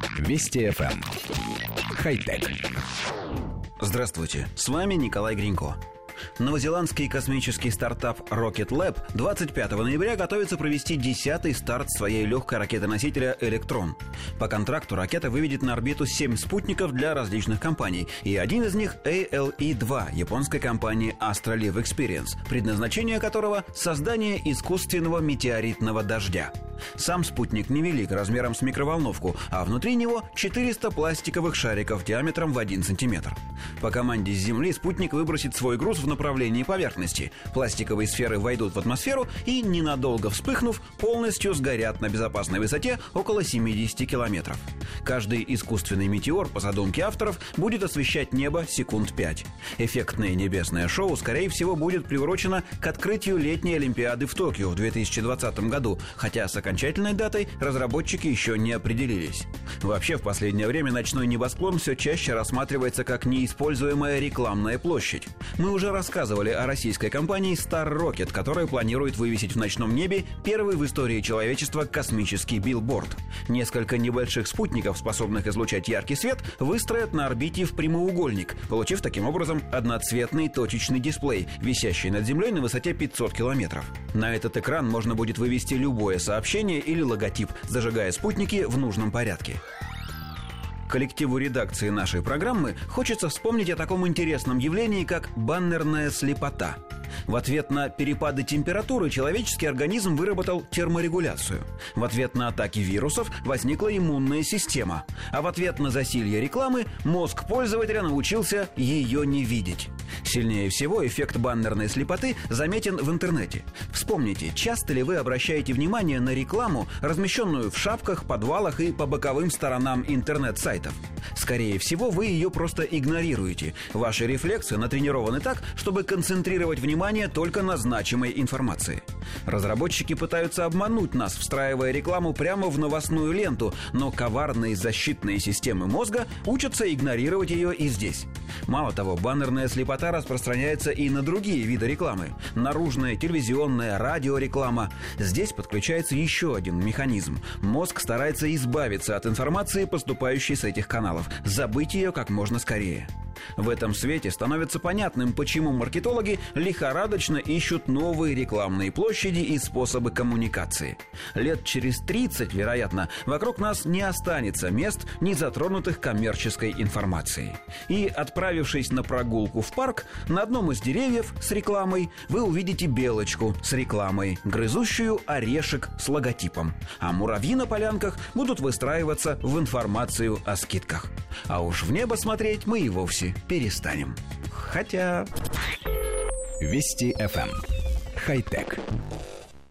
Вести ФМ. Хай-тек. Здравствуйте, с вами Николай Гринько. Новозеландский космический стартап Rocket Lab 25 ноября готовится провести 10-й старт своей легкой ракеты-носителя «Электрон». По контракту ракета выведет на орбиту 7 спутников для различных компаний, и один из них ALE-2 японской компании Astralife Experience, предназначение которого – создание искусственного метеоритного дождя. Сам спутник невелик, размером с микроволновку, а внутри него 400 пластиковых шариков диаметром в 1 сантиметр. По команде с Земли спутник выбросит свой груз в направлении поверхности. Пластиковые сферы войдут в атмосферу и, ненадолго вспыхнув, полностью сгорят на безопасной высоте около 70 километров. Каждый искусственный метеор, по задумке авторов, будет освещать небо секунд 5. Эффектное небесное шоу, скорее всего, будет приурочено к открытию летней Олимпиады в Токио в 2020 году, хотя с окончательной датой разработчики еще не определились. Вообще, в последнее время ночной небосклон все чаще рассматривается как неиспользуемая рекламная площадь. Мы уже рассказывали о российской компании Star Rocket, которая планирует вывесить в ночном небе первый в истории человечества космический билборд. Несколько небольших спутников, способных излучать яркий свет, выстроят на орбите в прямоугольник, получив таким образом одноцветный точечный дисплей, висящий над Землей на высоте 500 километров. На этот экран можно будет вывести любое сообщение или логотип, зажигая спутники в нужном порядке. Коллективу редакции нашей программы хочется вспомнить о таком интересном явлении, как баннерная слепота. В ответ на перепады температуры человеческий организм выработал терморегуляцию. В ответ на атаки вирусов возникла иммунная система. А в ответ на засилье рекламы мозг пользователя научился ее не видеть. Сильнее всего эффект баннерной слепоты заметен в интернете. Вспомните, часто ли вы обращаете внимание на рекламу, размещенную в шапках, подвалах и по боковым сторонам интернет-сайтов? Скорее всего, вы ее просто игнорируете. Ваши рефлексы натренированы так, чтобы концентрировать внимание только на значимой информации. Разработчики пытаются обмануть нас, встраивая рекламу прямо в новостную ленту, но коварные защитные системы мозга учатся игнорировать ее и здесь. Мало того, баннерная слепота распространяется и на другие виды рекламы. Наружная, телевизионная, радиореклама. Здесь подключается еще один механизм. Мозг старается избавиться от информации, поступающей с этих каналов, забыть ее как можно скорее. В этом свете становится понятным, почему маркетологи лихорадочно ищут новые рекламные площади и способы коммуникации. Лет через 30, вероятно, вокруг нас не останется мест, не затронутых коммерческой информацией. И, отправившись на прогулку в парк, на одном из деревьев с рекламой вы увидите белочку с рекламой, грызущую орешек с логотипом. А муравьи на полянках будут выстраиваться в информацию о скидках. А уж в небо смотреть мы и вовсе перестанем. Хотя... Вести ФМ. Хай-тек.